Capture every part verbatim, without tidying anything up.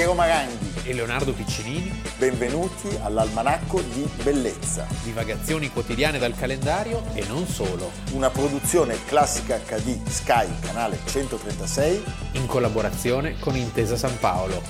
Piero Maranghi e Leonardo Piccinini. Benvenuti all'Almanacco di Bellezza. Divagazioni quotidiane dal calendario e non solo. Una produzione Classica acca di Sky, canale centotrentasei. In collaborazione con Intesa San Paolo.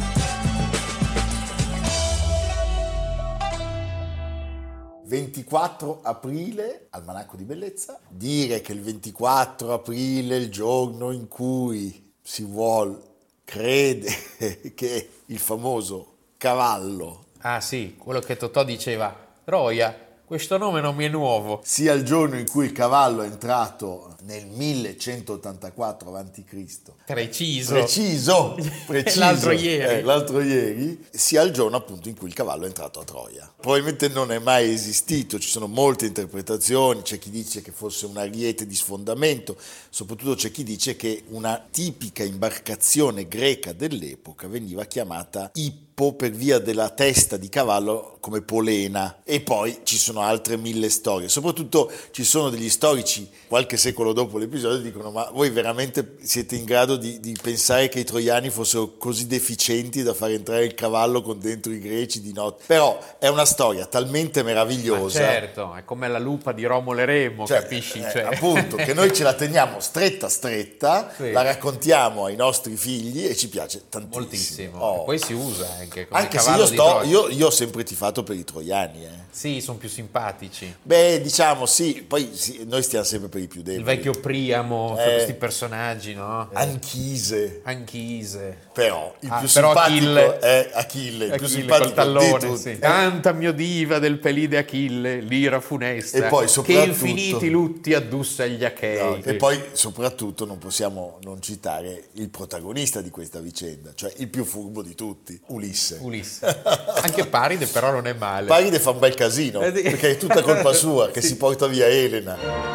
ventiquattro aprile, Almanacco di Bellezza. Dire che il ventiquattro aprile è il giorno in cui si vuol, crede che il famoso cavallo... Ah sì, quello che Totò diceva, Troia, questo nome non mi è nuovo. Sia il giorno in cui il cavallo è entrato nel millecentottantaquattro avanti Cristo. Preciso. Preciso. Preciso. L'altro ieri. Eh, l'altro ieri. Sia il giorno appunto in cui il cavallo è entrato a Troia. Probabilmente non è mai esistito, ci sono molte interpretazioni, c'è chi dice che fosse un ariete di sfondamento, soprattutto c'è chi dice che una tipica imbarcazione greca dell'epoca veniva chiamata Ippo per via della testa di cavallo come polena, e poi ci sono altre mille storie. Soprattutto ci sono degli storici qualche secolo dopo l'episodio dicono: ma voi veramente siete in grado di, di pensare che i troiani fossero così deficienti da far entrare il cavallo con dentro i greci di notte? Però è una storia talmente meravigliosa. Ma certo, è come la lupa di Romolo e Remo, cioè, capisci? Eh, cioè. Appunto, che noi ce la teniamo stretta stretta, sì. La raccontiamo ai nostri figli e ci piace tantissimo. Moltissimo. Oh. E poi si usa anche come Anche se cavallo io, di sto, Troia. io, io ho sempre tifato per i troiani. Eh. Sì, sono più simpatici. Beh, diciamo sì, poi sì, noi stiamo sempre per i più deboli. Il vecchio Priamo, Eh. questi personaggi, no? Anchise. Anchise. Però il Ah, più però simpatico Achille. è Achille, il più Achille simpatico col tallone, di tutti. sì. Canta mio diva del pelide Achille, l'ira funesta, E poi che soprattutto- infiniti lutti addusse agli Achei. No, e poi soprattutto non possiamo non citare il protagonista di questa vicenda, cioè il più furbo di tutti, Ulisse. Ulisse. Anche Paride però non è male. Paride fa un bel casino, Eh sì. perché è tutta colpa sua che Sì. si porta via Elena.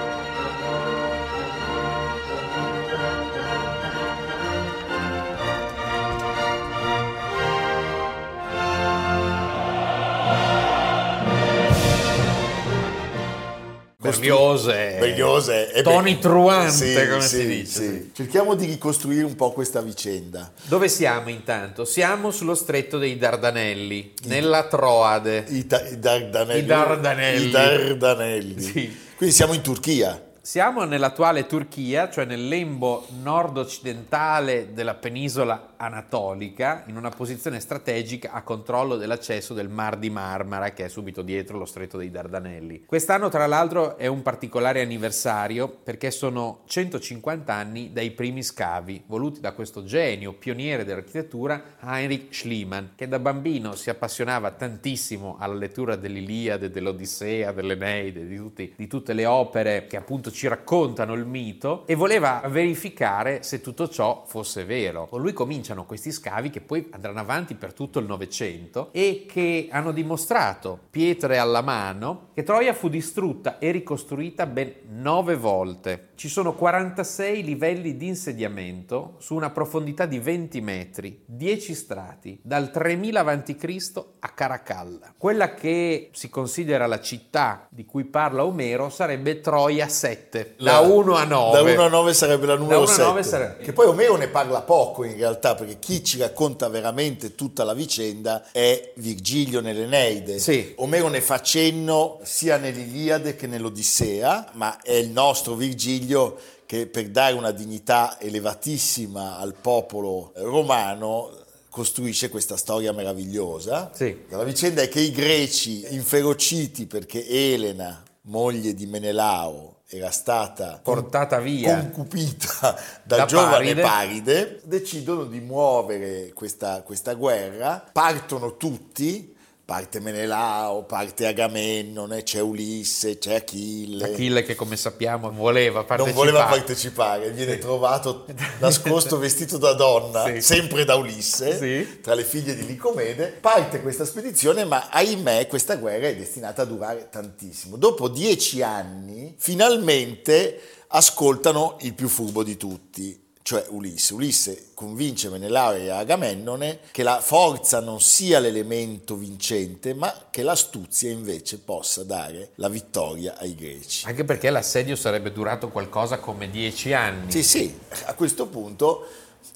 Berliose. Berliose e Toni beh, truante, sì, come sì, si dice. sì. Sì. Cerchiamo di ricostruire un po' questa vicenda. Dove siamo intanto? Siamo sullo stretto dei Dardanelli, nella Troade. I, ta- i Dardanelli. I Dardanelli. I Dardanelli. Sì. Quindi siamo in Turchia. Siamo nell'attuale Turchia, cioè nel lembo nord-occidentale della penisola anatolica, in una posizione strategica a controllo dell'accesso del Mar di Marmara, che è subito dietro lo stretto dei Dardanelli. Quest'anno, tra l'altro, è un particolare anniversario perché sono centocinquanta anni dai primi scavi voluti da questo genio pioniere dell'architettura Heinrich Schliemann, che da bambino si appassionava tantissimo alla lettura dell'Iliade, dell'Odissea, dell'Eneide, di, tutti, di tutte le opere che appunto ci raccontano il mito, e voleva verificare se tutto ciò fosse vero. Con lui cominciano questi scavi che poi andranno avanti per tutto il Novecento e che hanno dimostrato, pietre alla mano, che Troia fu distrutta e ricostruita ben nove volte. Ci sono quarantasei livelli di insediamento su una profondità di venti metri, dieci strati, dal tremila avanti Cristo a Caracalla. Quella che si considera la città di cui parla Omero sarebbe Troia sette. Da uno a nove. Da uno a nove sarebbe la numero sette. Sarebbe... Che poi Omero ne parla poco in realtà, perché chi ci racconta veramente tutta la vicenda è Virgilio nell'Eneide. Sì. Omero ne fa cenno sia nell'Iliade che nell'Odissea, ma è il nostro Virgilio che, per dare una dignità elevatissima al popolo romano, costruisce questa storia meravigliosa. Sì. La vicenda è che i greci, inferociti perché Elena, moglie di Menelao, era stata portata via, concupita dal da giovane Paride. Paride, decidono di muovere questa, questa guerra, partono tutti, parte Menelao, parte Agamennone, c'è Ulisse, c'è Achille. Achille che, come sappiamo, voleva partecipare. Non voleva partecipare, viene trovato nascosto vestito da donna, sì. sempre da Ulisse, sì. tra le figlie di Licomede. Parte questa spedizione, ma ahimè questa guerra è destinata a durare tantissimo. Dopo dieci anni, finalmente ascoltano il più furbo di tutti, cioè Ulisse. Ulisse convince Menelao e Agamennone che la forza non sia l'elemento vincente, ma che l'astuzia invece possa dare la vittoria ai greci. Anche perché l'assedio sarebbe durato qualcosa come dieci anni. Sì, sì, a questo punto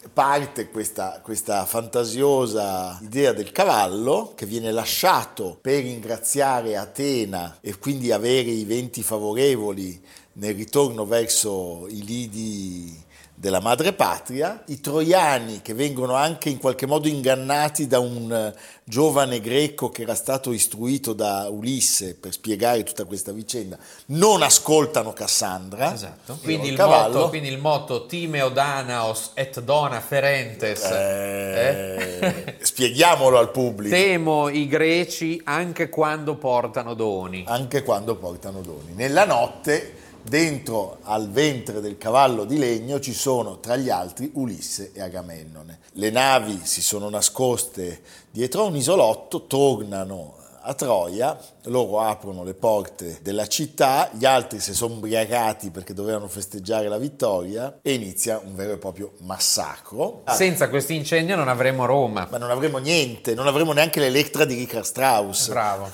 parte questa, questa fantasiosa idea del cavallo che viene lasciato per ringraziare Atena e quindi avere i venti favorevoli nel ritorno verso i lidi della madrepatria, i troiani che vengono anche in qualche modo ingannati da un giovane greco che era stato istruito da Ulisse per spiegare tutta questa vicenda, non ascoltano Cassandra. Esatto. Quindi il, cavallo. motto, quindi il motto Timeo Danaos et dona ferentes. Eh, eh? Spieghiamolo al pubblico. Temo i greci anche quando portano doni. Anche quando portano doni. Nella notte, dentro al ventre del cavallo di legno ci sono tra gli altri Ulisse e Agamennone. Le navi si sono nascoste dietro a un isolotto, tornano a Troia, loro aprono le porte della città, gli altri si sono ubriacati perché dovevano festeggiare la vittoria e inizia un vero e proprio massacro. Senza questo incendio non avremo Roma. Ma non avremo niente, non avremo neanche l'Electra di Richard Strauss. Bravo.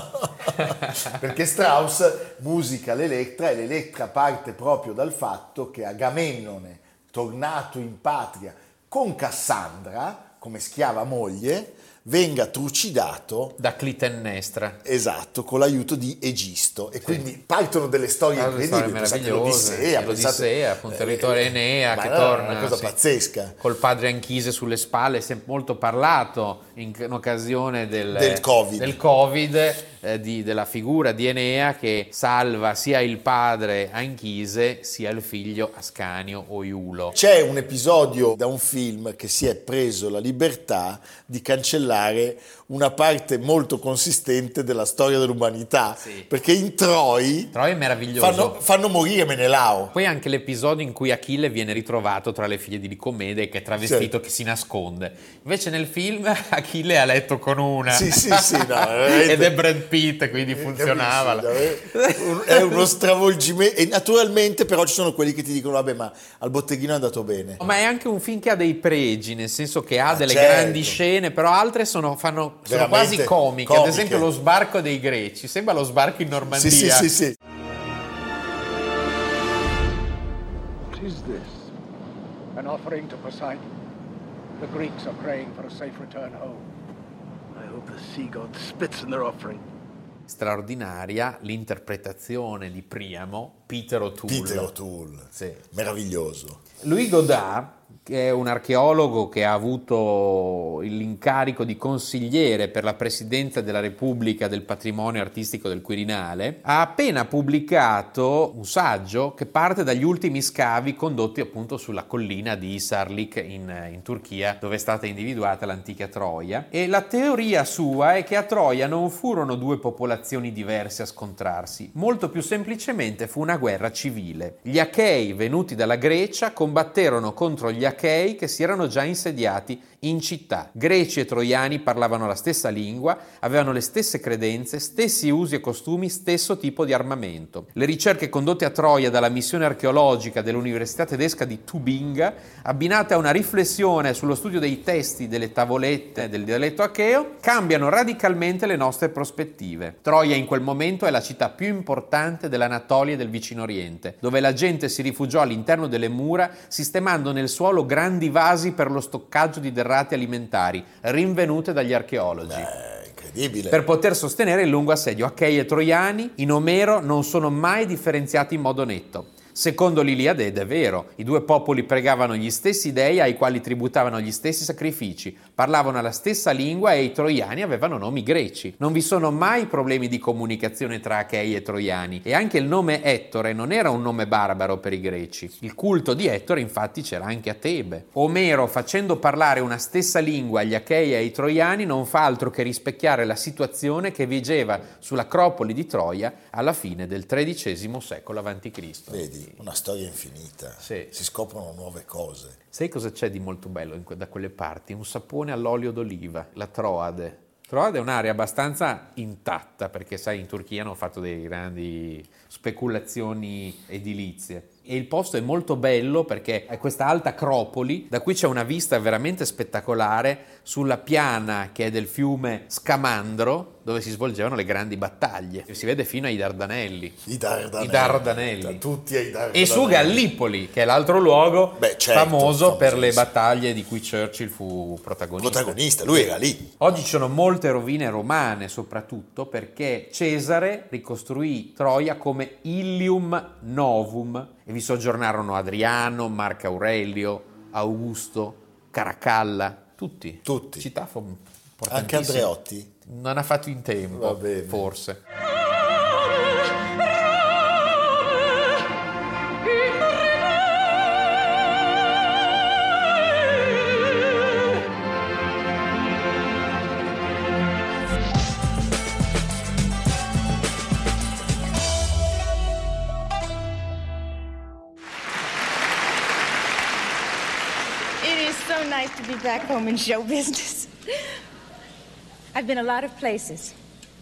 Perché Strauss musica l'Electra e l'Electra parte proprio dal fatto che Agamennone, tornato in patria con Cassandra come schiava moglie, venga trucidato da Clitennestra. Esatto, con l'aiuto di Egisto. E sì. Quindi partono delle storie ah, incredibili. Pensate l'Odissea, l'Odissea, appunto il ritorno Enea che no, torna. È una cosa sì, pazzesca. Col padre Anchise sulle spalle, sempre molto parlato in, in occasione del, del Covid, del COVID eh, di, della figura di Enea che salva sia il padre Anchise sia il figlio Ascanio o Iulo. C'è un episodio da un film che si è preso la libertà di cancellare una parte molto consistente della storia dell'umanità, sì, perché in Troi Troi è meraviglioso, fanno, fanno morire Menelao. Poi anche l'episodio in cui Achille viene ritrovato tra le figlie di Licomede che è travestito, sì, che si nasconde. Invece nel film Achille è a letto con una, sì, sì, sì, no, ed è Brad Pitt, quindi funzionava. È uno stravolgimento e naturalmente però ci sono quelli che ti dicono vabbè, ma al botteghino è andato bene. Ma è anche un film che ha dei pregi, nel senso che ha ah, delle certo. grandi scene, però altre sono, fanno, sono quasi comiche. comiche. Ad esempio lo sbarco dei greci, sembra lo sbarco in Normandia. Sì, sì, sì, sì. What is this? An offering to Poseidon. The Greeks are praying for a safe return home. I hope the sea god spits in their offering. Straordinaria l'interpretazione di Priamo, Peter O'Toole. Peter O'Toole, sì, meraviglioso. Louis Godard, che è un archeologo che ha avuto l'incarico di consigliere per la presidenza della Repubblica del patrimonio artistico del Quirinale, ha appena pubblicato un saggio che parte dagli ultimi scavi condotti appunto sulla collina di Sarlik in, in Turchia, dove è stata individuata l'antica Troia. E la teoria sua è che a Troia non furono due popolazioni diverse a scontrarsi, molto più semplicemente fu una guerra civile. Gli Achei, venuti dalla Grecia, combatterono contro gli Achei che si erano già insediati in città. Greci e troiani parlavano la stessa lingua, avevano le stesse credenze, stessi usi e costumi, stesso tipo di armamento. Le ricerche condotte a Troia dalla missione archeologica dell'Università tedesca di Tubinga, abbinate a una riflessione sullo studio dei testi delle tavolette del dialetto acheo, cambiano radicalmente le nostre prospettive. Troia in quel momento è la città più importante dell'Anatolia e del Vicino Oriente, dove la gente si rifugiò all'interno delle mura, sistemando nel suolo grandi vasi per lo stoccaggio di derrate alimentari, rinvenute dagli archeologi. Beh, incredibile. Per poter sostenere il lungo assedio. Achei e troiani in Omero non sono mai differenziati in modo netto. Secondo l'Iliade, ed è vero, i due popoli pregavano gli stessi dei ai quali tributavano gli stessi sacrifici, parlavano la stessa lingua e i troiani avevano nomi greci. Non vi sono mai problemi di comunicazione tra Achei e troiani e anche il nome Ettore non era un nome barbaro per i greci. Il culto di Ettore infatti c'era anche a Tebe. Omero, facendo parlare una stessa lingua agli Achei e ai troiani, non fa altro che rispecchiare la situazione che vigeva sull'Acropoli di Troia alla fine del tredicesimo secolo avanti Cristo. Vedi? Una storia infinita, sì, si scoprono nuove cose. Sai cosa c'è di molto bello in que- da quelle parti? Un sapone all'olio d'oliva, la Troade. Troade è un'area abbastanza intatta perché sai in Turchia hanno fatto delle grandi speculazioni edilizie. e il posto è molto bello perché è questa alta acropoli da cui c'è una vista veramente spettacolare sulla piana che è del fiume Scamandro, dove si svolgevano le grandi battaglie. Si vede fino ai Dardanelli. I Dardanelli. I Dardanelli. Tutti ai Dardanelli. E su Gallipoli, che è l'altro luogo Beh, certo, famoso per le battaglie di cui Churchill fu protagonista. Protagonista, lui era lì. Oggi ci sono molte rovine romane, soprattutto perché Cesare ricostruì Troia come Ilium Novum e vi soggiornarono Adriano, Marco Aurelio, Augusto, Caracalla, tutti. Tutti. Città fo- Anche importantissime. Andreotti? Non ha fatto in tempo, Va bene. forse. It is so nice to be back home in show business. I've been a lot of places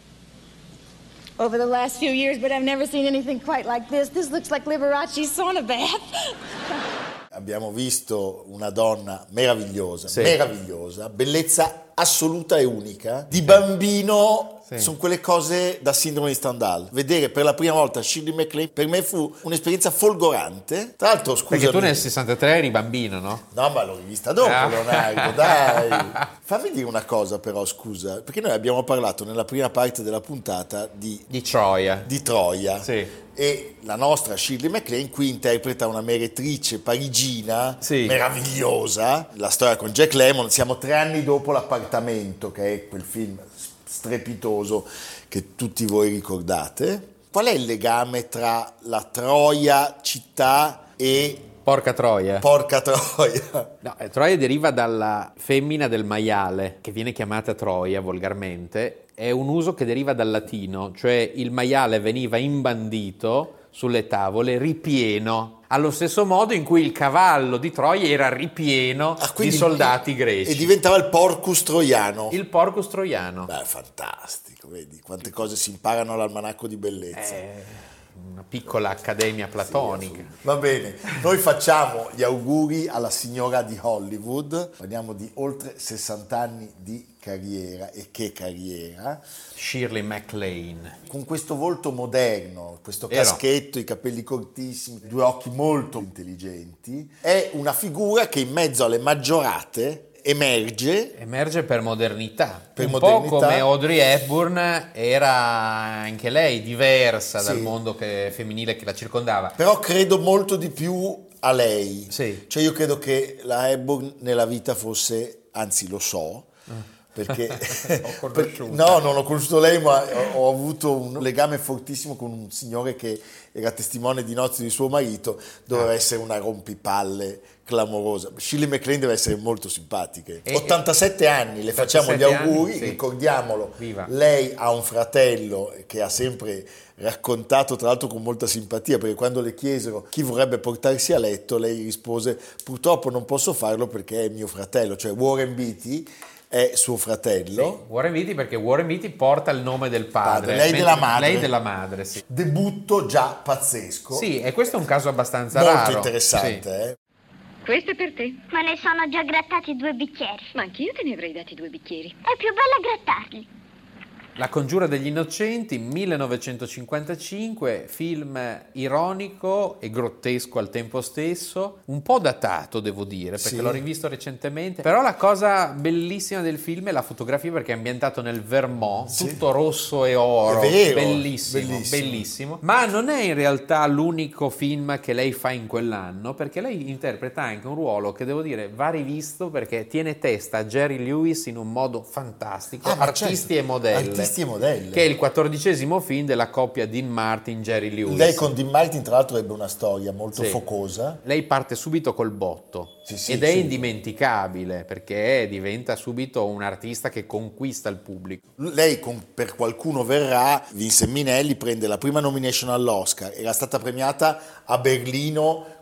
over the last few years, but I've never seen anything quite like this. This looks like Liberace's sauna bath. Abbiamo visto una donna meravigliosa, Sì. meravigliosa, bellezza assoluta e unica. Di bambino Sì. sono quelle cose da sindrome di Stendhal. Vedere per la prima volta Shirley MacLaine per me fu un'esperienza folgorante. Tra l'altro, scusa. Perché tu nel sessantatré eri bambino, no? No, ma l'ho rivista dopo, Ah. Leonardo, dai. Fammi dire una cosa però, scusa, perché noi abbiamo parlato nella prima parte della puntata di, Di Troia. di Troia. Sì. E la nostra Shirley MacLaine qui interpreta una meretrice parigina Sì. meravigliosa. La storia con Jack Lemmon, siamo tre anni dopo L'appartamento, che è quel film strepitoso che tutti voi ricordate. Qual è il legame tra la Troia città e Porca Troia. Porca Troia? No, eh, Troia deriva dalla femmina del maiale, che viene chiamata Troia volgarmente. È un uso che deriva dal latino, cioè il maiale veniva imbandito sulle tavole ripieno, allo stesso modo in cui il cavallo di Troia era ripieno Ah, di quindi- soldati greci. E diventava il Porcus Troiano. Il porcus troiano. Beh, fantastico, vedi quante cose si imparano all'almanacco di bellezza. È una piccola accademia platonica. Va bene, noi facciamo gli auguri alla signora di Hollywood, parliamo di oltre sessanta anni di carriera, e che carriera, Shirley MacLaine. con questo volto moderno, questo Vero. caschetto, i capelli cortissimi, due occhi molto intelligenti, è una figura che in mezzo alle maggiorate emerge. Emerge per modernità, Per un modernità. po' come Audrey Hepburn era anche lei diversa dal Sì. mondo che- femminile che la circondava. Però credo molto di più a lei. Sì. Cioè io credo che la Hepburn nella vita fosse, anzi lo so, perché, Ho perché- conosciuta. no, non ho conosciuto lei, ma ho, ho avuto un legame fortissimo con un signore che era testimone di nozze di suo marito, doveva Ah. essere una rompipalle clamorosa. Shirley MacLaine deve essere molto simpatiche. E- ottantasette anni, le facciamo gli ottantasette auguri, anni, sì. ricordiamolo. Viva. Lei ha un fratello che ha sempre raccontato, tra l'altro con molta simpatia, perché quando le chiesero chi vorrebbe portarsi a letto, lei rispose: purtroppo non posso farlo perché è mio fratello, cioè Warren Beatty è suo fratello. Warren Beatty, perché Warren Beatty porta il nome del padre. Padre, lei mentre- della madre. Lei della madre, sì. Debutto già pazzesco, Sì, e questo è un caso abbastanza molto raro. interessante. Sì. eh. Questo è per te. Ma ne sono già grattati due bicchieri. Ma anch'io te ne avrei dati due bicchieri. È più bello grattarli. La congiura degli innocenti, millenovecentocinquantacinque, film ironico e grottesco al tempo stesso, un po' datato devo dire, perché Sì. l'ho rivisto recentemente, però la cosa bellissima del film è la fotografia, perché è ambientato nel Vermont, Sì. tutto rosso e oro, È vero, bellissimo, bellissimo. bellissimo, ma non è in realtà l'unico film che lei fa in quell'anno, perché lei interpreta anche un ruolo che devo dire va rivisto, perché tiene testa a Jerry Lewis in un modo fantastico, Ah, ma artisti certo, e modelle. artisti e modelle. Che è il quattordicesimo film della coppia Dean Martin-Jerry Lewis. Lei con Dean Martin tra l'altro ebbe una storia molto Sì. focosa. Lei parte subito col botto Sì, sì, ed è sì. indimenticabile, perché diventa subito un artista che conquista il pubblico. Lei con Per qualcuno verrà vinse Minelli, prende la prima nomination all'Oscar, era stata premiata a Berlino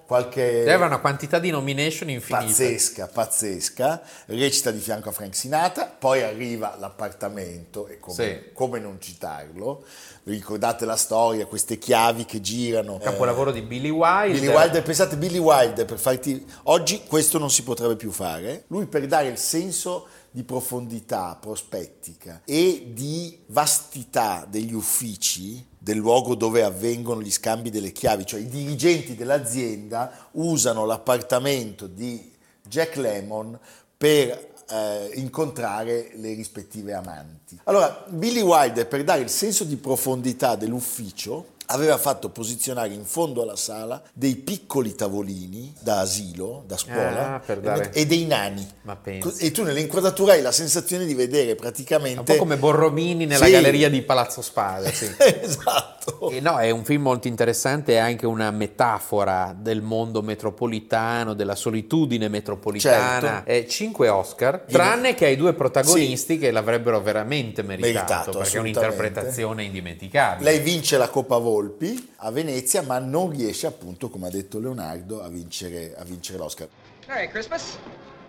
qualche... Aveva una quantità di nomination infinita. Pazzesca, pazzesca. Recita di fianco a Frank Sinatra, poi arriva L'appartamento, e come, Sì. come non citarlo. Vi ricordate la storia, queste chiavi che girano. Capolavoro eh, di Billy Wilder. Billy Wilder, pensate, Billy Wilder, per farti... Oggi questo non si potrebbe più fare. Lui, per dare il senso di profondità prospettica e di vastità degli uffici, del luogo dove avvengono gli scambi delle chiavi, cioè i dirigenti dell'azienda usano l'appartamento di Jack Lemmon per eh, incontrare le rispettive amanti. Allora, Billy Wilder, per dare il senso di profondità dell'ufficio, aveva fatto posizionare in fondo alla sala dei piccoli tavolini da asilo, da scuola, Ah, per dare- e dei nani. Ma pensa. E tu nell'inquadratura hai la sensazione di vedere praticamente... Un po' come Borromini nella Sì. galleria di Palazzo Spade. Sì. Esatto. E no, è un film molto interessante, è anche una metafora del mondo metropolitano, della solitudine metropolitana. Certo. Eh, cinque Oscar, tranne che ai due protagonisti che l'avrebbero veramente meritato, Meritato, perché è assolutamente. un'interpretazione indimenticabile. Lei vince la Coppa Volpi a Venezia, ma non riesce, appunto, come ha detto Leonardo, a vincere, a vincere l'Oscar. Merry Christmas.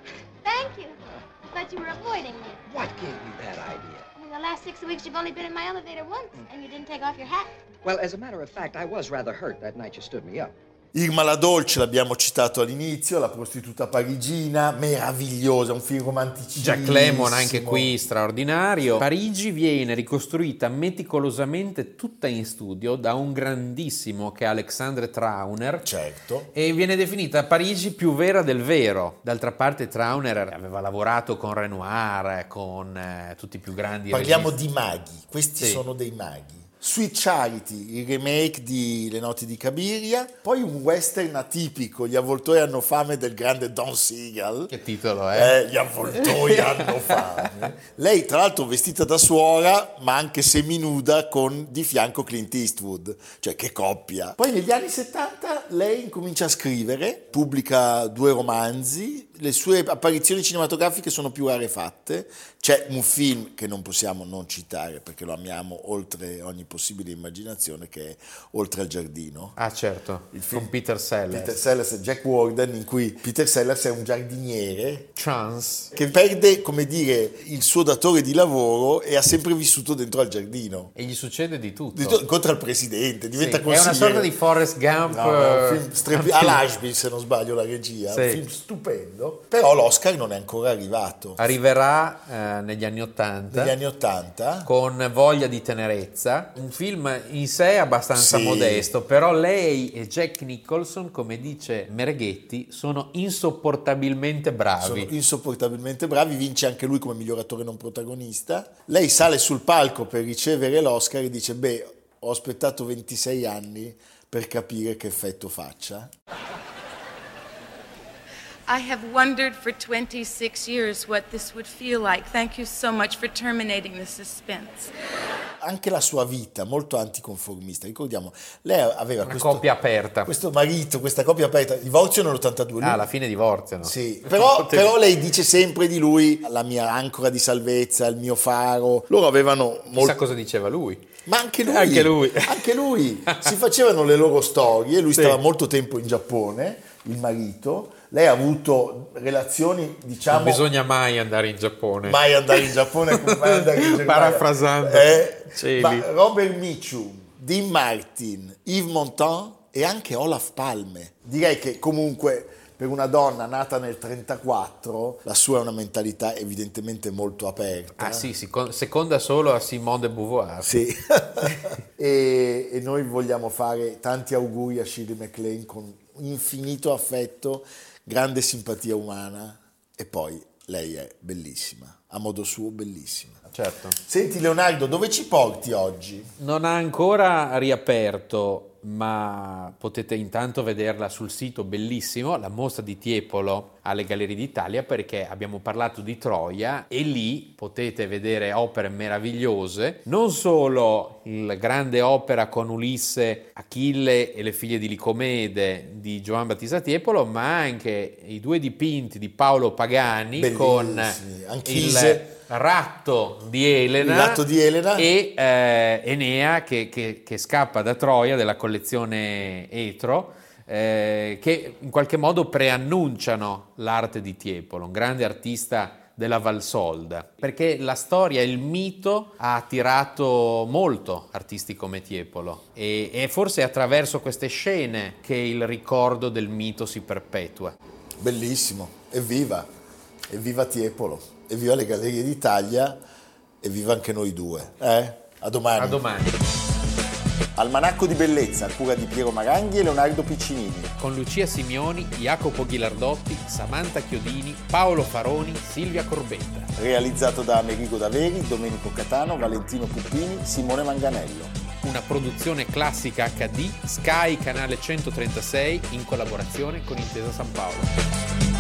Thank you. I thought you were avoiding me. What gave you that idea? In the last six weeks, you've only been in my elevator once, and you didn't take off your hat. Well, as a matter of fact, I was rather hurt that night you stood me up. Irma la Dolce l'abbiamo citato all'inizio, La prostituta parigina, meravigliosa, un film romanticissimo. Jack Lemmon anche qui straordinario. Parigi viene ricostruita meticolosamente tutta in studio da un grandissimo che è Alexandre Trauner. Certo. E viene definita Parigi più vera del vero. D'altra parte Trauner aveva lavorato con Renoir, con eh, tutti i più grandi Parliamo registi. di maghi, questi Sì. sono dei maghi. Sweet Charity, il remake di Le notti di Cabiria, poi un western atipico, Gli avvoltoi hanno fame, del grande Don Siegel. Che titolo è? Eh, gli avvoltoi hanno fame. Lei tra l'altro vestita da suora, ma anche seminuda, con di fianco Clint Eastwood, cioè che coppia. Poi negli anni settanta lei incomincia a scrivere, pubblica due romanzi, le sue apparizioni cinematografiche sono più rarefatte. C'è un film che non possiamo non citare perché lo amiamo oltre ogni possibile immaginazione, che è Oltre al giardino. Ah certo, Il film con Peter Sellers. Peter Sellers e Jack Warden, in cui Peter Sellers è un giardiniere Chance. che perde, come dire, il suo datore di lavoro e ha sempre vissuto dentro al giardino. E gli succede di tutto. Di to- Incontra il presidente, diventa Sì, è consigliere. una sorta di Forrest Gump. No, no, è un eh, film strepi- anche- all'Ashby, se non sbaglio la regia, Sì. un film stupendo, però l'Oscar non è ancora arrivato. Arriverà eh, negli anni Ottanta. Negli anni Ottanta Con Voglia di tenerezza, un film in sé abbastanza Sì. modesto, però lei e Jack Nicholson, come dice Mereghetti, sono insopportabilmente bravi. sono insopportabilmente bravi, vince anche lui come miglior attore non protagonista. Lei sale sul palco per ricevere l'Oscar e dice: beh, ho aspettato ventisei anni per capire che effetto faccia. I have wondered for twenty-six years what this would feel like. Thank you so much for terminating the suspense. Anche la sua vita molto anticonformista, ricordiamo, lei aveva Una questo, coppia aperta. questo marito, questa coppia aperta, divorzio nell'ottantadue. Ah, alla fine divorziano. Sì, però, però lei dice sempre di lui: la mia ancora di salvezza, il mio faro. Loro avevano Chissà molto... cosa diceva lui. Ma anche lui, Anche lui. anche lui. Si facevano le loro storie, lui Sì. stava molto tempo in Giappone, il marito, lei ha avuto relazioni, diciamo... Non bisogna mai andare in Giappone. mai andare in Giappone, come mai andare in Germania. Parafrasando. Eh, Cieli. ma Robert Mitchum, Dean Martin, Yves Montand e anche Olaf Palme. Direi che comunque per una donna nata nel trentaquattro la sua è una mentalità evidentemente molto aperta. Ah sì, si con- seconda solo a Simone de Beauvoir. Sì. e, e noi vogliamo fare tanti auguri a Shirley MacLaine con infinito affetto, grande simpatia umana, e poi lei è bellissima, a modo suo bellissima. Certo. Senti Leonardo, dove ci porti oggi? Non ha ancora riaperto, ma potete intanto vederla sul sito, bellissimo, la mostra di Tiepolo alle Gallerie d'Italia, perché abbiamo parlato di Troia e lì potete vedere opere meravigliose, non solo il grande opera con Ulisse, Achille e le figlie di Licomede di Giovan Battista Tiepolo, ma anche i due dipinti di Paolo Pagani Bellissimi, con Anchise. il ratto di Elena, Il ratto di Elena. e eh, Enea che, che- che scappa da Troia della collezione Etro, eh, che in qualche modo preannunciano l'arte di Tiepolo, un grande artista della Valsolda, perché la storia, il mito ha attirato molto artisti come Tiepolo e, e forse è attraverso queste scene che il ricordo del mito si perpetua. Bellissimo, evviva, evviva Tiepolo, evviva le Gallerie d'Italia, evviva anche noi due. Eh? A domani. A domani. Almanacco di bellezza, a cura di Piero Maranghi e Leonardo Piccinini. Con Lucia Simioni, Jacopo Ghilardotti, Samantha Chiodini, Paolo Faroni, Silvia Corbetta. Realizzato da Amerigo Daveri, Domenico Catano, Valentino Puppini, Simone Manganello. Una produzione classica acca di, Sky Canale centotrentasei, in collaborazione con Intesa San Paolo.